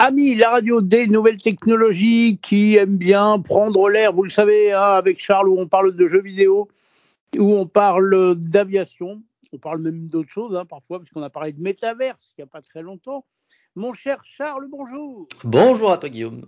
Ami, la radio des nouvelles technologies qui aime bien prendre l'air, vous le savez, hein, avec Charles, où on parle de jeux vidéo, où on parle d'aviation, on parle même d'autres choses, hein, parfois, parce qu'on a parlé de métaverse il n'y a pas très longtemps. Mon cher Charles, bonjour. Bonjour à toi Guillaume.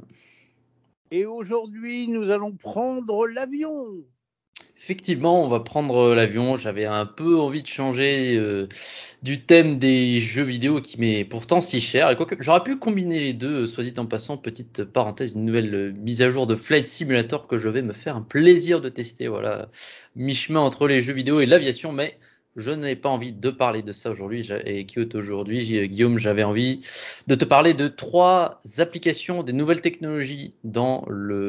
Et aujourd'hui, nous allons prendre l'avion. Effectivement, on va prendre l'avion. J'avais un peu envie de changer du thème des jeux vidéo qui m'est pourtant si cher. Et quoique j'aurais pu combiner les deux, soit dit en passant, petite parenthèse, une nouvelle mise à jour de Flight Simulator que je vais me faire un plaisir de tester. Voilà, mi-chemin entre les jeux vidéo et l'aviation, mais je n'ai pas envie de parler de ça aujourd'hui. Et Guillaume, j'avais envie de te parler de 3 applications des nouvelles technologies dans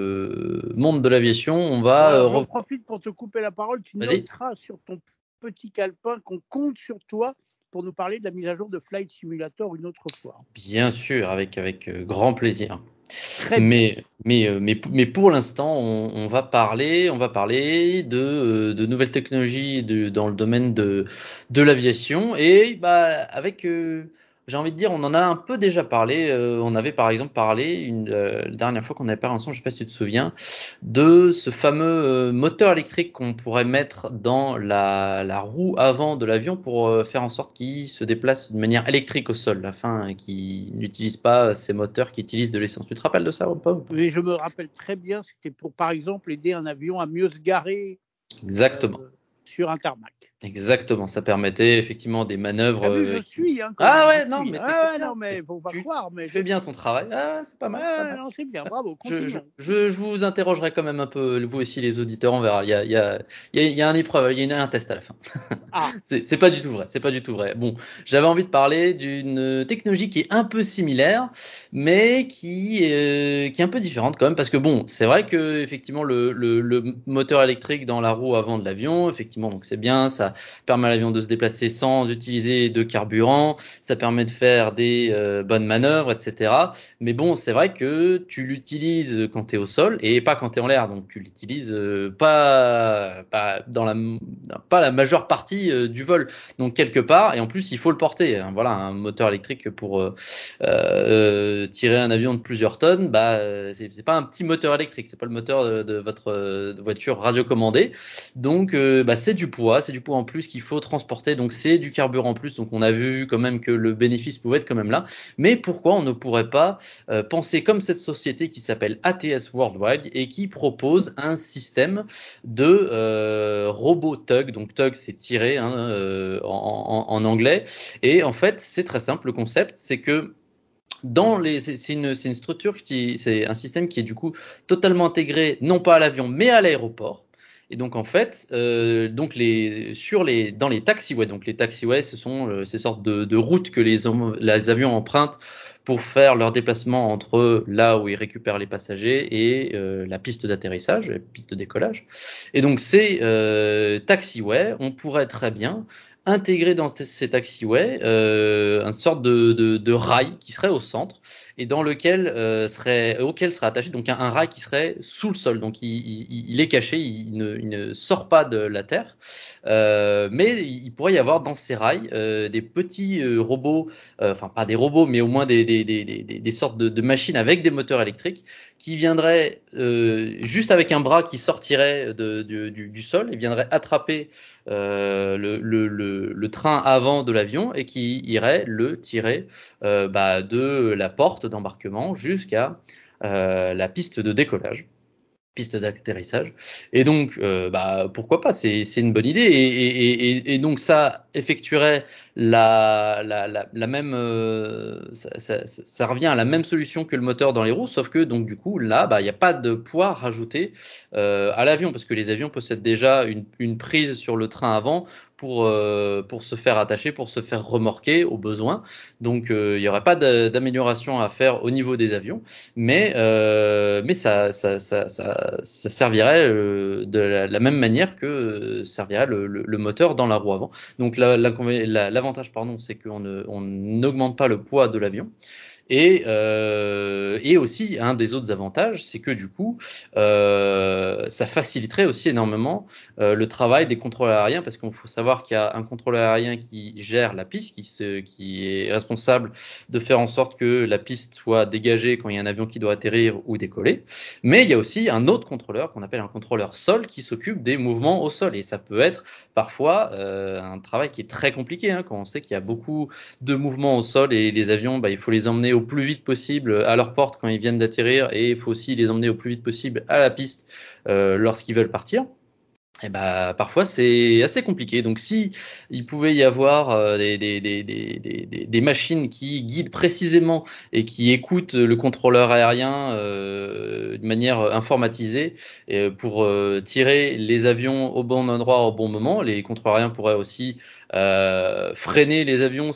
le monde de l'aviation. On Bon, va alors j'en profite pour te couper la parole. Tu Vas-y. noteras sur ton petit calepin qu'on compte sur toi pour nous parler de la mise à jour de Flight Simulator une autre fois. Bien sûr, avec grand plaisir. Très bien. Mais pour l'instant, on va parler de nouvelles technologies dans le domaine de l'aviation et bah avec j'ai envie de dire, on en a un peu déjà parlé. On avait par exemple parlé la dernière fois qu'on avait parlé ensemble, je sais pas si tu te souviens, de ce fameux moteur électrique qu'on pourrait mettre dans la roue avant de l'avion pour faire en sorte qu'il se déplace de manière électrique au sol, afin qu'il n'utilise pas ces moteurs qui utilisent de l'essence. Tu te rappelles de ça ou pas? Oui, je me rappelle très bien, c'était pour, par exemple, aider un avion à mieux se garer Exactement. sur un tarmac. Exactement. Ça permettait effectivement des manœuvres. T'as vu, je suis, hein, quand Ah même, je ouais, non, suis. mais Ah t'inquiète ouais, bien. non, mais faut pas croire, mais Tu je fais bien suis. ton travail. Ah, c'est pas mal, c'est pas Ah mal. ouais, non, c'est bien, bravo, Je, je, continuons. je, je vous interrogerai quand même un peu, vous aussi, les auditeurs, on verra. Il y a une épreuve, il y a un test à la fin. Ah, C'est pas du tout vrai, c'est pas du tout vrai. Bon, j'avais envie de parler d'une technologie qui est un peu similaire, mais qui est un peu différente quand même, parce que bon, c'est vrai que effectivement le moteur électrique dans la roue avant de l'avion, effectivement, donc c'est bien, ça permet à l'avion de se déplacer sans utiliser de carburant, ça permet de faire des bonnes manœuvres, etc. Mais bon, c'est vrai que tu l'utilises quand tu es au sol et pas quand tu es en l'air, donc tu l'utilises pas la majeure partie du vol. Donc quelque part, et en plus il faut le porter. Hein, voilà, un moteur électrique pour tirer un avion de plusieurs tonnes, c'est pas un petit moteur électrique, c'est pas le moteur de votre voiture radiocommandée. Donc c'est du poids en plus qu'il faut transporter. Donc c'est du carburant en plus. Donc on a vu quand même que le bénéfice pouvait être quand même là. Mais pourquoi on ne pourrait pas penser comme cette société qui s'appelle ATS Worldwide et qui propose un système de robot tug. Donc tug c'est tirer hein, en anglais. Et en fait c'est très simple le concept, c'est que c'est une structure c'est un système qui est du coup totalement intégré non pas à l'avion mais à l'aéroport. Et donc en fait, dans les taxiways, donc les taxiways, ce sont ces sortes de routes que les avions empruntent pour faire leur déplacement entre là où ils récupèrent les passagers et la piste d'atterrissage, la piste de décollage. Et donc ces taxiways, on pourrait très bien intégrer dans ces taxiways une sorte de rail qui serait au centre et auquel serait attaché donc un rail qui serait sous le sol. Donc il est caché, il ne sort pas de la terre. Mais il pourrait y avoir dans ces rails des petits robots, enfin pas des robots, mais au moins des sortes de machines avec des moteurs électriques qui viendraient juste avec un bras qui sortirait du sol et viendraient attraper le train avant de l'avion et qui irait le tirer de la porte d'embarquement jusqu'à la piste de décollage, piste d'atterrissage. Et donc, pourquoi pas, c'est une bonne idée. Et donc, ça effectuerait la même, ça revient à la même solution que le moteur dans les roues, sauf que donc du coup, là, il n'y a pas de poids rajouté à l'avion, parce que les avions possèdent déjà une prise sur le train avant pour se faire attacher, pour se faire remorquer au besoin. Donc, il n'y aurait pas d'amélioration à faire au niveau des avions, mais ça servirait de la même manière que servirait le moteur dans la roue avant. Donc l'avantage, pardon, c'est qu'on n'augmente pas le poids de l'avion. Et aussi, un des autres avantages, c'est que du coup, ça faciliterait aussi énormément le travail des contrôleurs aériens, parce qu'il faut savoir qu'il y a un contrôleur aérien qui gère la piste, qui est responsable de faire en sorte que la piste soit dégagée quand il y a un avion qui doit atterrir ou décoller. Mais il y a aussi un autre contrôleur qu'on appelle un contrôleur sol qui s'occupe des mouvements au sol. Et ça peut être parfois un travail qui est très compliqué, hein, quand on sait qu'il y a beaucoup de mouvements au sol et les avions, il faut les emmener au plus vite possible à leur porte quand ils viennent d'atterrir, et il faut aussi les emmener au plus vite possible à la piste lorsqu'ils veulent partir. Et parfois c'est assez compliqué. Donc si il pouvait y avoir des machines qui guident précisément et qui écoutent le contrôleur aérien de manière informatisée pour tirer les avions au bon endroit au bon moment, les contrôleurs aériens pourraient aussi freiner les avions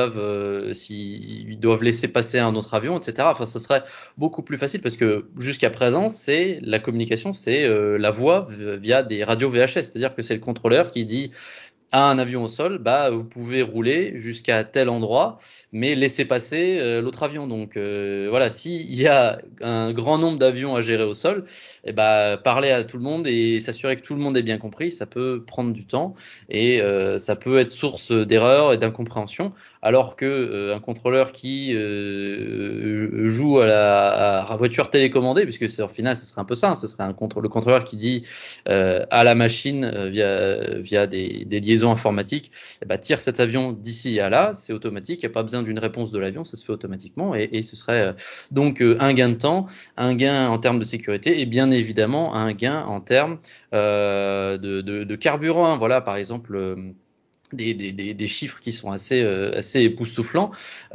s'ils doivent laisser passer un autre avion, etc. Enfin, ce serait beaucoup plus facile, parce que jusqu'à présent, c'est la communication, c'est la voix via des radios VHF, c'est-à-dire que c'est le contrôleur qui dit à un avion au sol, vous pouvez rouler jusqu'à tel endroit, mais laissez passer l'autre avion. Donc voilà, s'il y a un grand nombre d'avions à gérer au sol, parler à tout le monde et s'assurer que tout le monde ait bien compris, ça peut prendre du temps, et ça peut être source d'erreurs et d'incompréhension. Alors que un contrôleur qui joue à la voiture télécommandée, puisque c'est au final ce serait un peu ça, hein, ce serait le contrôleur qui dit à la machine via des liaisons informatiques, tire cet avion d'ici à là, c'est automatique, il n'y a pas besoin d'une réponse de l'avion, ça se fait automatiquement, et ce serait donc un gain de temps, un gain en termes de sécurité, et bien évidemment un gain en termes de carburant, hein. Voilà, par exemple, des chiffres qui sont assez époustouflants.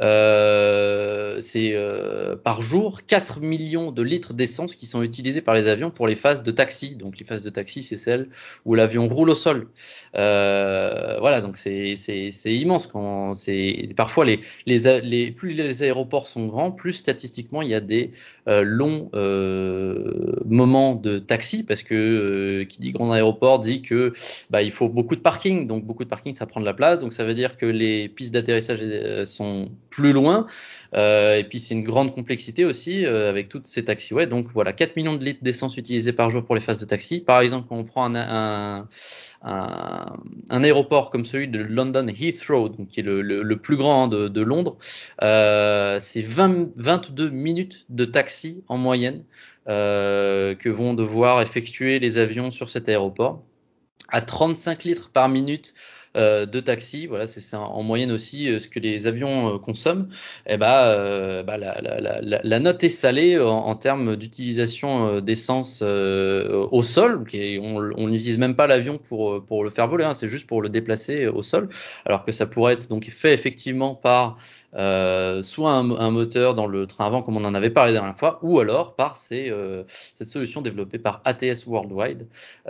C'est par jour 4 millions de litres d'essence qui sont utilisés par les avions pour les phases de taxi. Donc les phases de taxi, c'est celles où l'avion roule au sol. Voilà, donc c'est immense. Parfois plus les aéroports sont grands, plus statistiquement il y a des longs moments de taxi, parce que qui dit grand aéroport dit que il faut beaucoup de parking. Donc beaucoup de parking, ça prend de la place. Donc ça veut dire que les pistes d'atterrissage sont plus loin. Et puis c'est une grande complexité aussi avec toutes ces taxiways. Donc voilà, 4 millions de litres d'essence utilisés par jour pour les phases de taxi. Par exemple, quand on prend un aéroport comme celui de London Heathrow, donc qui est le plus grand de Londres, c'est 22 minutes de taxi en moyenne que vont devoir effectuer les avions sur cet aéroport, à 35 litres par minute de taxi. Voilà, c'est en moyenne aussi ce que les avions consomment. La note est salée en termes d'utilisation d'essence au sol. On n'utilise même pas l'avion pour le faire voler, hein, c'est juste pour le déplacer au sol, alors que ça pourrait être donc fait effectivement par soit un moteur dans le train avant, comme on en avait parlé la dernière fois, ou alors par cette solution développée par ATS Worldwide,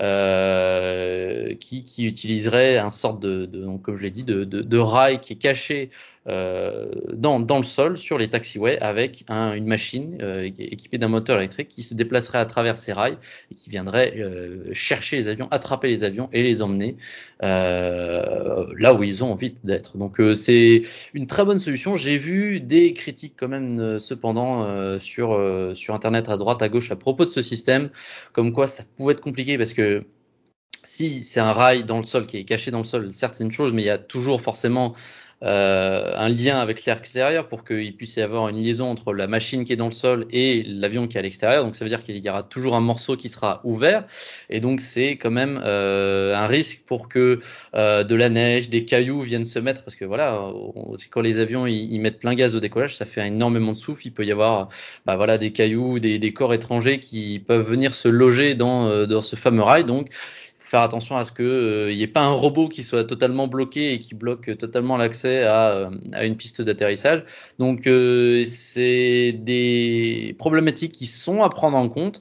qui utiliserait un sorte donc, comme je l'ai dit, de rail qui est caché dans le sol sur les taxiways, avec une machine équipée d'un moteur électrique qui se déplacerait à travers ces rails et qui viendrait chercher les avions, attraper les avions et les emmener là où ils ont envie d'être. Donc c'est une très bonne solution. J'ai vu des critiques quand même cependant sur internet à droite à gauche à propos de ce système, comme quoi ça pouvait être compliqué, parce que si c'est un rail dans le sol qui est caché dans le sol, certes c'est une chose, mais il y a toujours forcément un lien avec l'air extérieur pour qu'il puisse y avoir une liaison entre la machine qui est dans le sol et l'avion qui est à l'extérieur. Donc ça veut dire qu'il y aura toujours un morceau qui sera ouvert, et donc c'est quand même un risque pour que de la neige, des cailloux viennent se mettre, parce que voilà, quand les avions ils mettent plein gaz au décollage, ça fait énormément de souffle. Il peut y avoir des cailloux, des corps étrangers qui peuvent venir se loger dans ce fameux rail. Donc faire attention à ce que il y ait pas un robot qui soit totalement bloqué et qui bloque totalement l'accès à une piste d'atterrissage. Donc c'est des problématiques qui sont à prendre en compte,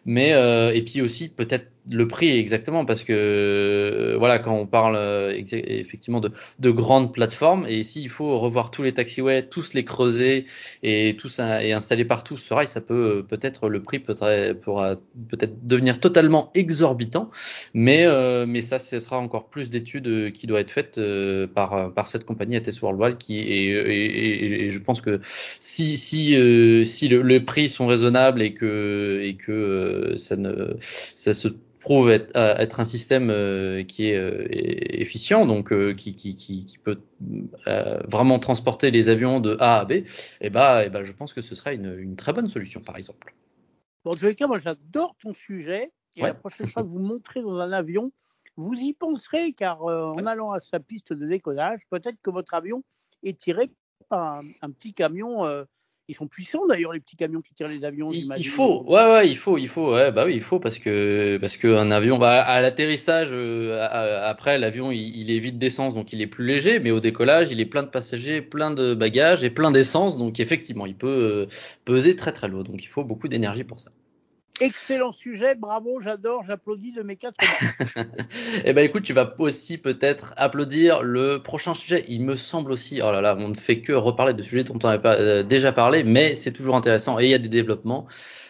Mais et puis aussi peut-être le prix exactement parce que voilà quand on parle effectivement de grandes plateformes et ici il faut revoir tous les taxiways, tous les creuser et tous et installer partout ce rail, ça peut peut-être le prix pourra peut-être devenir totalement exorbitant, mais ça ce sera encore plus d'études qui doit être faites par cette compagnie ATS Worldwide qui et je pense que si les prix sont raisonnables et que ça se prouve être un système qui est efficient, donc qui peut vraiment transporter les avions de A à B, et bah, je pense que ce serait une très bonne solution, par exemple. Bon, en tous les cas, moi j'adore ton sujet et Ouais. la prochaine fois que vous monterez dans un avion, vous y penserez car en Ouais. allant à sa piste de décollage, peut-être que votre avion est tiré par un petit camion. Ils sont puissants d'ailleurs les petits camions qui tirent les avions, Il j'imagine faut, aujourd'hui. ouais, il faut, ouais, bah oui, il faut parce que un avion, bah, à l'atterrissage, après l'avion, il est vide d'essence, donc il est plus léger, mais au décollage, il est plein de passagers, plein de bagages et plein d'essence, donc effectivement, il peut peser très très lourd, donc il faut beaucoup d'énergie pour ça. Excellent sujet, bravo, j'adore, j'applaudis de mes quatre mains. Eh ben écoute, tu vas aussi peut-être applaudir le prochain sujet. Il me semble aussi, oh là là, on ne fait que reparler de sujets dont on avait pas déjà parlé, mais c'est toujours intéressant et il y a des développements.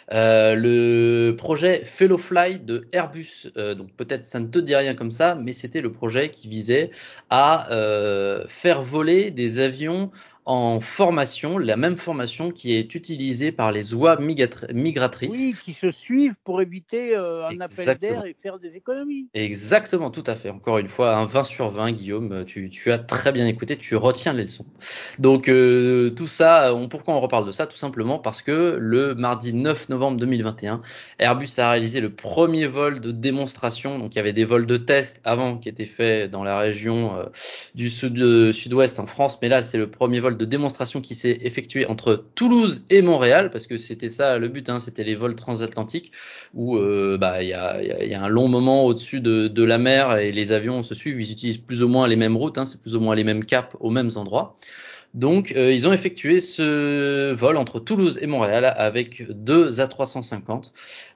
Le projet Fellowfly de Airbus, donc peut-être ça ne te dit rien comme ça, mais c'était le projet qui visait à faire voler des avions en formation, la même formation qui est utilisée par les oies migratrices. Oui, qui se suivent pour éviter un appel Exactement. d'air et faire des économies. Exactement, tout à fait. Encore une fois, un 20 sur 20, Guillaume, tu as très bien écouté, tu retiens les leçons. Donc tout ça, pourquoi on reparle de ça? Tout simplement parce que le mardi 9 novembre 2021, Airbus a réalisé le premier vol de démonstration. Donc il y avait des vols de test avant qui étaient faits dans la région du sud-ouest en France, mais là c'est le premier vol de démonstration qui s'est effectué entre Toulouse et Montréal, parce que c'était ça le but, hein, c'était les vols transatlantiques où il y a un long moment au-dessus de la mer et les avions se suivent, ils utilisent plus ou moins les mêmes routes, hein, c'est plus ou moins les mêmes caps aux mêmes endroits. Donc, ils ont effectué ce vol entre Toulouse et Montréal avec deux A350.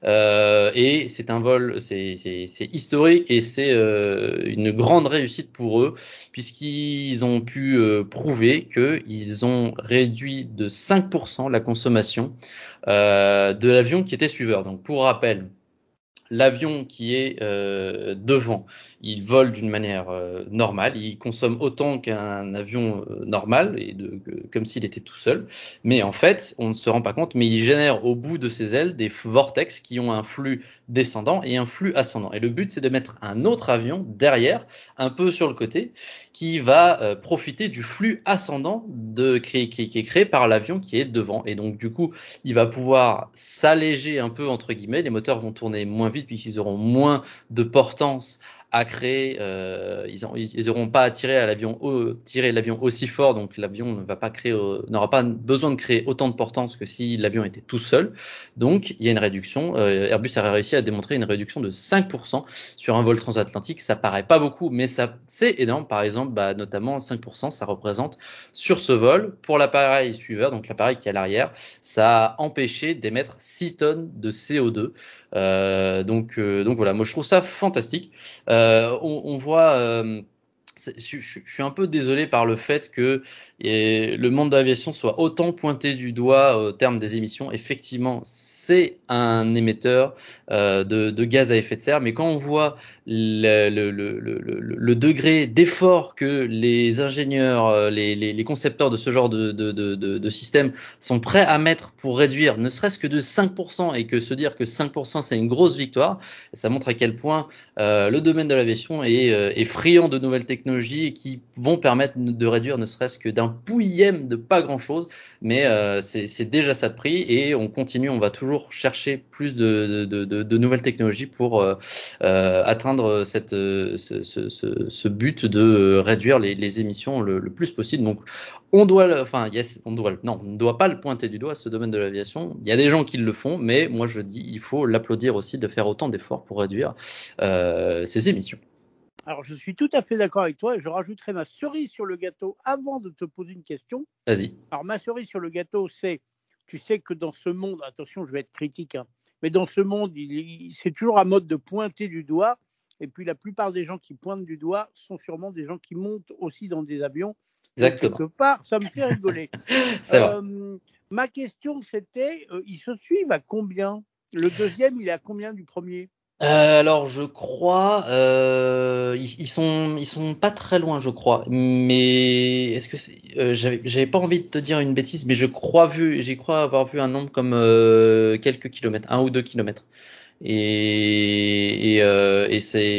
Et c'est un vol, c'est historique et c'est une grande réussite pour eux, puisqu'ils ont pu prouver qu'ils ont réduit de 5% la consommation de l'avion qui était suiveur. Donc, pour rappel, l'avion qui est devant, il vole d'une manière normale, il consomme autant qu'un avion normal, comme s'il était tout seul. Mais en fait, on ne se rend pas compte, mais il génère au bout de ses ailes des vortex qui ont un flux descendant et un flux ascendant. Et le but, c'est de mettre un autre avion derrière, un peu sur le côté, qui va profiter du flux ascendant qui est créé par l'avion qui est devant. Et donc, du coup, il va pouvoir s'alléger un peu entre guillemets, les moteurs vont tourner moins vite puisqu'ils auront moins de portance à créer, ils auront pas à tirer l'avion aussi fort, donc l'avion ne va pas créer, n'aura pas besoin de créer autant de portance que si l'avion était tout seul. Donc il y a une réduction. Airbus a réussi à démontrer une réduction de 5% sur un vol transatlantique. Ça paraît pas beaucoup, mais ça c'est énorme. Par exemple, notamment 5%, ça représente sur ce vol pour l'appareil suiveur, donc l'appareil qui est à l'arrière, ça a empêché d'émettre 6 tonnes de CO2. Donc voilà, moi je trouve ça fantastique. On voit, je suis un peu désolé par le fait que le monde de l'aviation soit autant pointé du doigt au terme des émissions. Effectivement, c'est un émetteur de gaz à effet de serre, mais quand on voit le degré d'effort que les ingénieurs, les concepteurs de ce genre de système sont prêts à mettre pour réduire ne serait-ce que de 5% et que se dire que 5% c'est une grosse victoire, ça montre à quel point le domaine de l'aviation est friand de nouvelles technologies qui vont permettre de réduire ne serait-ce que d'un pouillème de pas grand-chose, mais c'est déjà ça de prix et on continue, on va toujours chercher plus de nouvelles technologies pour atteindre ce but de réduire les émissions le plus possible. Donc on doit, enfin yes, non, on ne doit pas le pointer du doigt ce domaine de l'aviation. Il y a des gens qui le font, mais moi je dis il faut l'applaudir aussi de faire autant d'efforts pour réduire ces émissions. Alors, je suis tout à fait d'accord avec toi et je rajouterai ma cerise sur le gâteau avant de te poser une question. Vas-y. Alors, ma cerise sur le gâteau, c'est, tu sais que dans ce monde, attention, je vais être critique, hein, mais dans ce monde, c'est toujours à mode de pointer du doigt. Et puis la plupart des gens qui pointent du doigt sont sûrement des gens qui montent aussi dans des avions. Donc Exactement. quelque part, ça me fait rigoler. C'est vrai. Ma question, c'était, ils se suivent à combien? Le deuxième, il est à combien du premier? Alors je crois, ils sont pas très loin, je crois. Mais est-ce que j'avais pas envie de te dire une bêtise, mais j'ai crois avoir vu un nombre comme quelques kilomètres, 1 ou 2 kilomètres. Et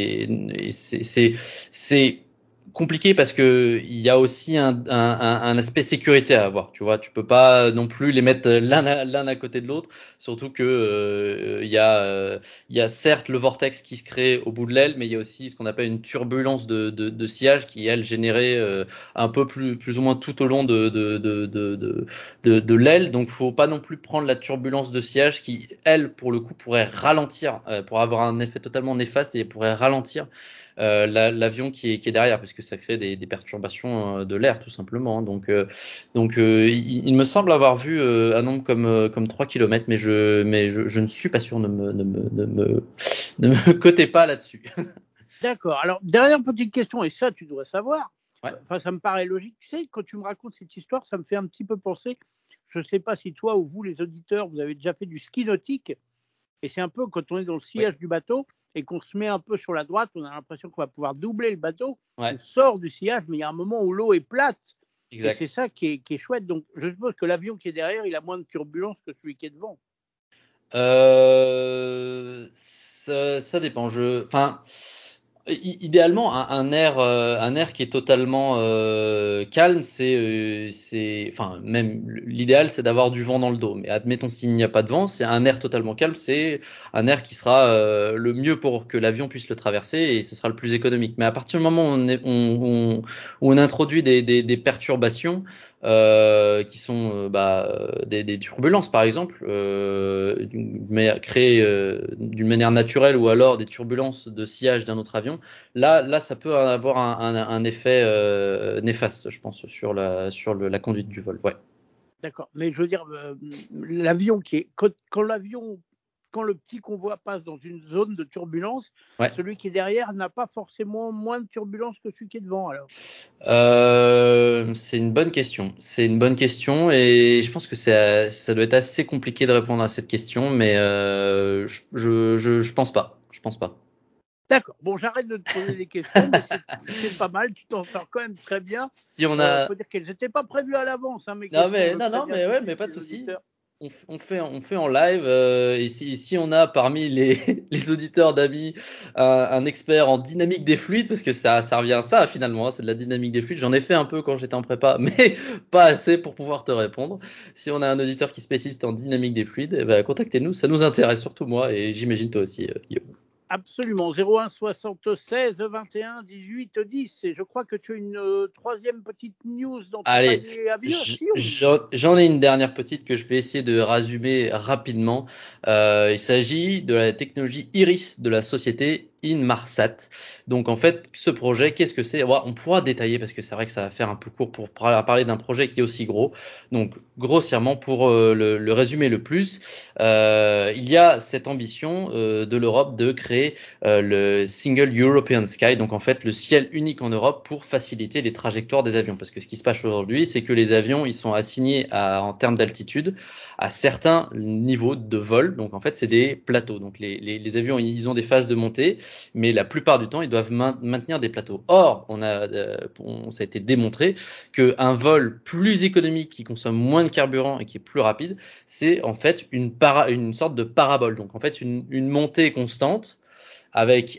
c'est compliqué parce que il y a aussi un aspect sécurité à avoir. Tu vois, tu peux pas non plus les mettre l'un à côté de l'autre. Surtout que il y a certes le vortex qui se crée au bout de l'aile, mais il y a aussi ce qu'on appelle une turbulence de sillage qui elle générée un peu plus ou moins tout au long de l'aile. Donc faut pas non plus prendre la turbulence de sillage qui elle pour le coup pourrait ralentir, pour avoir un effet totalement néfaste et pourrait ralentir l'avion qui est derrière, puisque ça crée des perturbations de l'air tout simplement. Donc il me semble avoir vu un nombre comme 3 km, mais je ne suis pas sûr, ne me cotez pas là-dessus. D'accord. Alors, dernière petite question, et ça, tu dois savoir. Ouais. Enfin, ça me paraît logique. Tu sais, quand tu me racontes cette histoire, ça me fait un petit peu penser. Je ne sais pas si toi ou vous, les auditeurs, vous avez déjà fait du ski nautique. Et c'est un peu quand on est dans le Oui. sillage du bateau et qu'on se met un peu sur la droite, on a l'impression qu'on va pouvoir doubler le bateau. Ouais. On sort du sillage, mais il y a un moment où l'eau est plate. Et Exact. c'est ça qui est chouette. Donc, je suppose que l'avion qui est derrière, il a moins de turbulence que celui qui est devant. Ça dépend. Enfin, idéalement, un air qui est totalement calme, enfin, même l'idéal, c'est d'avoir du vent dans le dos. Mais admettons s'il n'y a pas de vent, c'est un air totalement calme, c'est un air qui sera le mieux pour que l'avion puisse le traverser et ce sera le plus économique. Mais à partir du moment où où on introduit des perturbations qui sont des turbulences par exemple, créées d'une manière naturelle ou alors des turbulences de sillage d'un autre avion. Là, ça peut avoir un effet néfaste, je pense, la conduite du vol. Ouais. D'accord. Mais je veux dire, l'avion quand le petit convoi passe dans une zone de turbulence, Ouais. celui qui est derrière n'a pas forcément moins de turbulence que celui qui est devant, alors. C'est une bonne question. C'est une bonne question et je pense que ça doit être assez compliqué de répondre à cette question, mais je pense pas. Je pense pas. D'accord. Bon, j'arrête de te poser des questions, mais c'est pas mal. Tu t'en sors quand même très bien. Si on a, Faut dire qu'elles n'étaient pas prévues à l'avance, hein, mes Non questions. mais Je non non préviens mais tout de ouais mais suite pas de les souci. auditeurs. On fait en live et si on a parmi les les auditeurs d'amis un expert en dynamique des fluides parce que ça revient à ça finalement, hein, c'est de la dynamique des fluides. J'en ai fait un peu quand j'étais en prépa mais pas assez pour pouvoir te répondre. Si on a un auditeur qui spécialiste en dynamique des fluides, eh ben, contactez-nous, ça nous intéresse surtout moi et j'imagine toi aussi Guillaume. Absolument. 01 76 21 18 10. Et je crois que tu as une troisième petite news dans ton Allez, panier aviation. j'en ai une dernière petite que je vais essayer de résumer rapidement. Il s'agit de la technologie Iris de la société Inmarsat. Donc en fait, ce projet, qu'est-ce que c'est? Ouais, on pourra détailler parce que c'est vrai que ça va faire un peu court pour parler d'un projet qui est aussi gros. Donc grossièrement, pour le résumer le plus, il y a cette ambition de l'Europe de créer le Single European Sky, donc en fait le ciel unique en Europe pour faciliter les trajectoires des avions. Parce que ce qui se passe aujourd'hui, c'est que les avions, ils sont assignés en termes d'altitude à certains niveaux de vol. Donc en fait, c'est des plateaux. Donc les avions, ils ont des phases de montée, mais la plupart du temps, ils doivent maintenir des plateaux. Or, ça a été démontré qu'un vol plus économique qui consomme moins de carburant et qui est plus rapide, c'est en fait une sorte de parabole. Donc en fait, une montée constante avec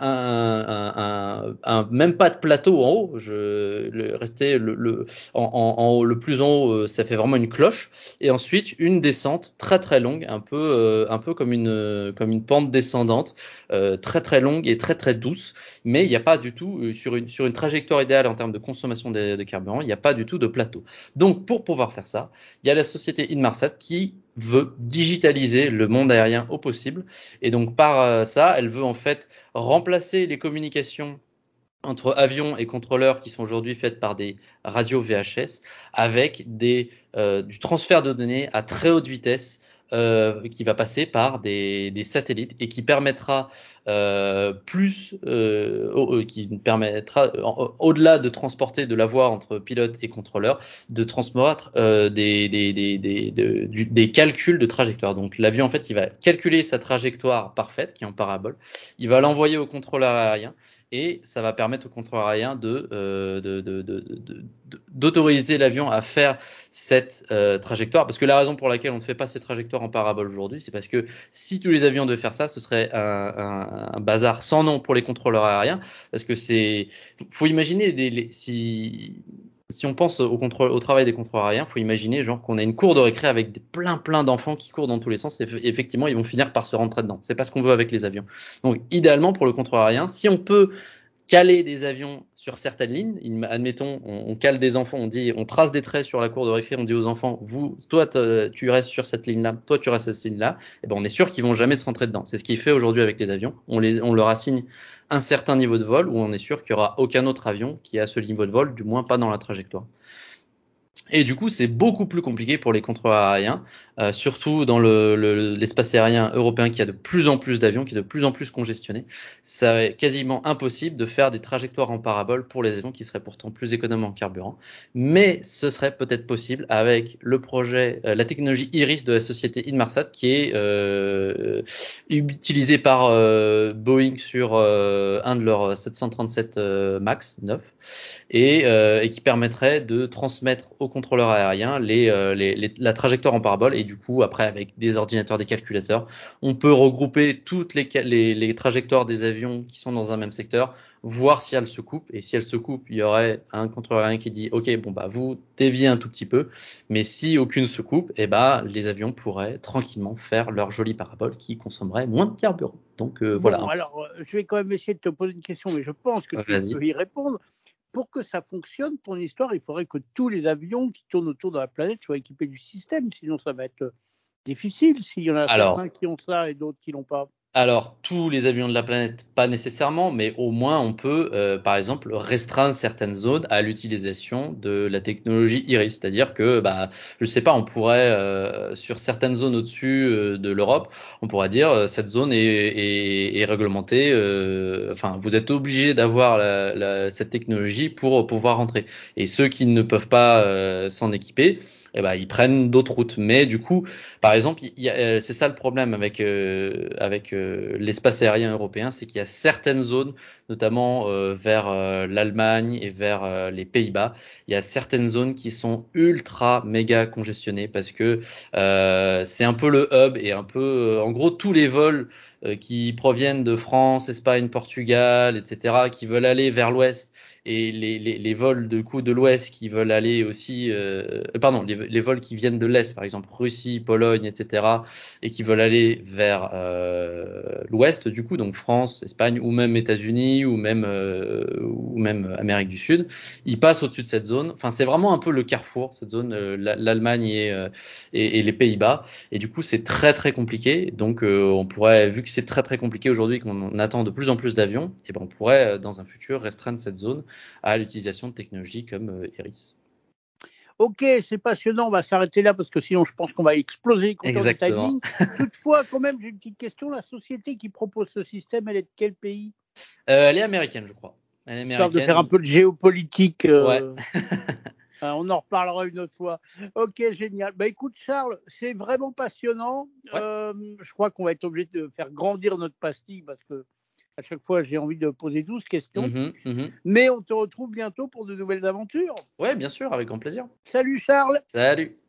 même pas de plateau en haut. Rester en haut, le plus en haut, ça fait vraiment une cloche. Et ensuite une descente très très longue, un peu comme une pente descendante, très très longue et très très douce. Mais il n'y a pas du tout sur une trajectoire idéale en termes de consommation de carburant, il n'y a pas du tout de plateau. Donc pour pouvoir faire ça, il y a la société Inmarsat qui veut digitaliser le monde aérien au possible et donc par ça, elle veut en fait remplacer les communications entre avions et contrôleurs qui sont aujourd'hui faites par des radios VHS avec du transfert de données à très haute vitesse qui va passer par des satellites et qui permettra au-delà de transporter de la voix entre pilote et contrôleur, de transmettre des calculs de trajectoire. Donc l'avion en fait il va calculer sa trajectoire parfaite qui est en parabole, il va l'envoyer au contrôleur aérien et ça va permettre au contrôleur aérien d'autoriser l'avion à faire cette trajectoire. Parce que la raison pour laquelle on ne fait pas ces trajectoires en parabole aujourd'hui, c'est parce que si tous les avions devaient faire ça, ce serait un bazar sans nom pour les contrôleurs aériens. Parce que faut imaginer si on pense au travail des contrôleurs aériens, faut imaginer genre qu'on a une cour de récré avec plein d'enfants qui courent dans tous les sens et effectivement ils vont finir par se rentrer dedans. C'est pas ce qu'on veut avec les avions. Donc idéalement pour le contrôleur aérien, si on peut caler des avions sur certaines lignes, admettons on cale des enfants, on trace des traits sur la cour de récré, on dit aux enfants toi tu restes sur cette ligne-là, toi tu restes sur cette ligne-là, et ben on est sûr qu'ils vont jamais se rentrer dedans. C'est ce qu'il fait aujourd'hui avec les avions. On leur assigne un certain niveau de vol où on est sûr qu'il y aura aucun autre avion qui a ce niveau de vol, du moins pas dans la trajectoire. Et du coup, c'est beaucoup plus compliqué pour les contrôleurs aériens, surtout dans l'espace aérien européen qui a de plus en plus d'avions, qui est de plus en plus congestionné. Ça est quasiment impossible de faire des trajectoires en parabole pour les avions qui seraient pourtant plus économes en carburant. Mais ce serait peut-être possible avec le projet, la technologie Iris de la société Inmarsat qui est utilisée par Boeing sur un de leurs 737 MAX 9. Et qui permettrait de transmettre au contrôleur aérien la trajectoire en parabole. Et du coup, après, avec des ordinateurs, des calculateurs, on peut regrouper toutes les trajectoires des avions qui sont dans un même secteur, voir si elles se coupent. Et si elles se coupent, il y aurait un contrôleur aérien qui dit « Ok, bon bah vous déviez un tout petit peu. » Mais si aucune se coupe, eh bah, les avions pourraient tranquillement faire leur jolie parabole qui consommerait moins de carburant. Donc voilà. Bon, alors, je vais quand même essayer de te poser une question, mais je pense que tu Vas-y. peux y répondre. Pour que ça fonctionne, ton histoire, il faudrait que tous les avions qui tournent autour de la planète soient équipés du système, sinon ça va être difficile s'il y en a Alors, certains qui ont ça et d'autres qui l'ont pas. Alors, tous les avions de la planète, pas nécessairement, mais au moins on peut, par exemple, restreindre certaines zones à l'utilisation de la technologie Iris. C'est-à-dire que, bah, je sais pas, on pourrait, sur certaines zones au-dessus de l'Europe, on pourrait dire cette zone est réglementée. Enfin, vous êtes obligé d'avoir cette technologie pour pouvoir rentrer. Et ceux qui ne peuvent pas s'en équiper, eh ben, ils prennent d'autres routes. Mais du coup, par exemple, c'est ça le problème avec l'espace aérien européen, c'est qu'il y a certaines zones, notamment vers l'Allemagne et vers les Pays-Bas, il y a certaines zones qui sont ultra méga congestionnées parce que c'est un peu le hub et un peu, en gros, tous les vols qui proviennent de France, Espagne, Portugal, etc., qui veulent aller vers l'ouest et les vols de l'Ouest qui veulent aller aussi, pardon, les vols qui viennent de l'Est, par exemple Russie, Pologne, etc., et qui veulent aller vers l'Ouest, du coup, donc France, Espagne, ou même États-Unis, ou même Amérique du Sud, ils passent au-dessus de cette zone. Enfin, c'est vraiment un peu le carrefour, cette zone, l'Allemagne et les Pays-Bas, et du coup, c'est très très compliqué. Donc, on pourrait, vu que c'est très très compliqué aujourd'hui, qu'on attend de plus en plus d'avions, et ben on pourrait dans un futur restreindre cette zone à l'utilisation de technologies comme Iris. Ok, c'est passionnant, on va s'arrêter là parce que sinon je pense qu'on va exploser les compteurs du Exactement. timing. Toutefois, quand même, j'ai une petite question. La société qui propose ce système, elle est de quel pays? Elle est américaine, je crois. Elle est Histoire de faire un américaine. peu de géopolitique. Ouais. On en reparlera une autre fois. Ok, génial. Bah écoute Charles, c'est vraiment passionnant. Ouais. Je crois qu'on va être obligé de faire grandir notre pastille parce que à chaque fois j'ai envie de poser 12 questions. Mhm. Mais on te retrouve bientôt pour de nouvelles aventures. Ouais, bien sûr, avec grand plaisir. Salut Charles. Salut.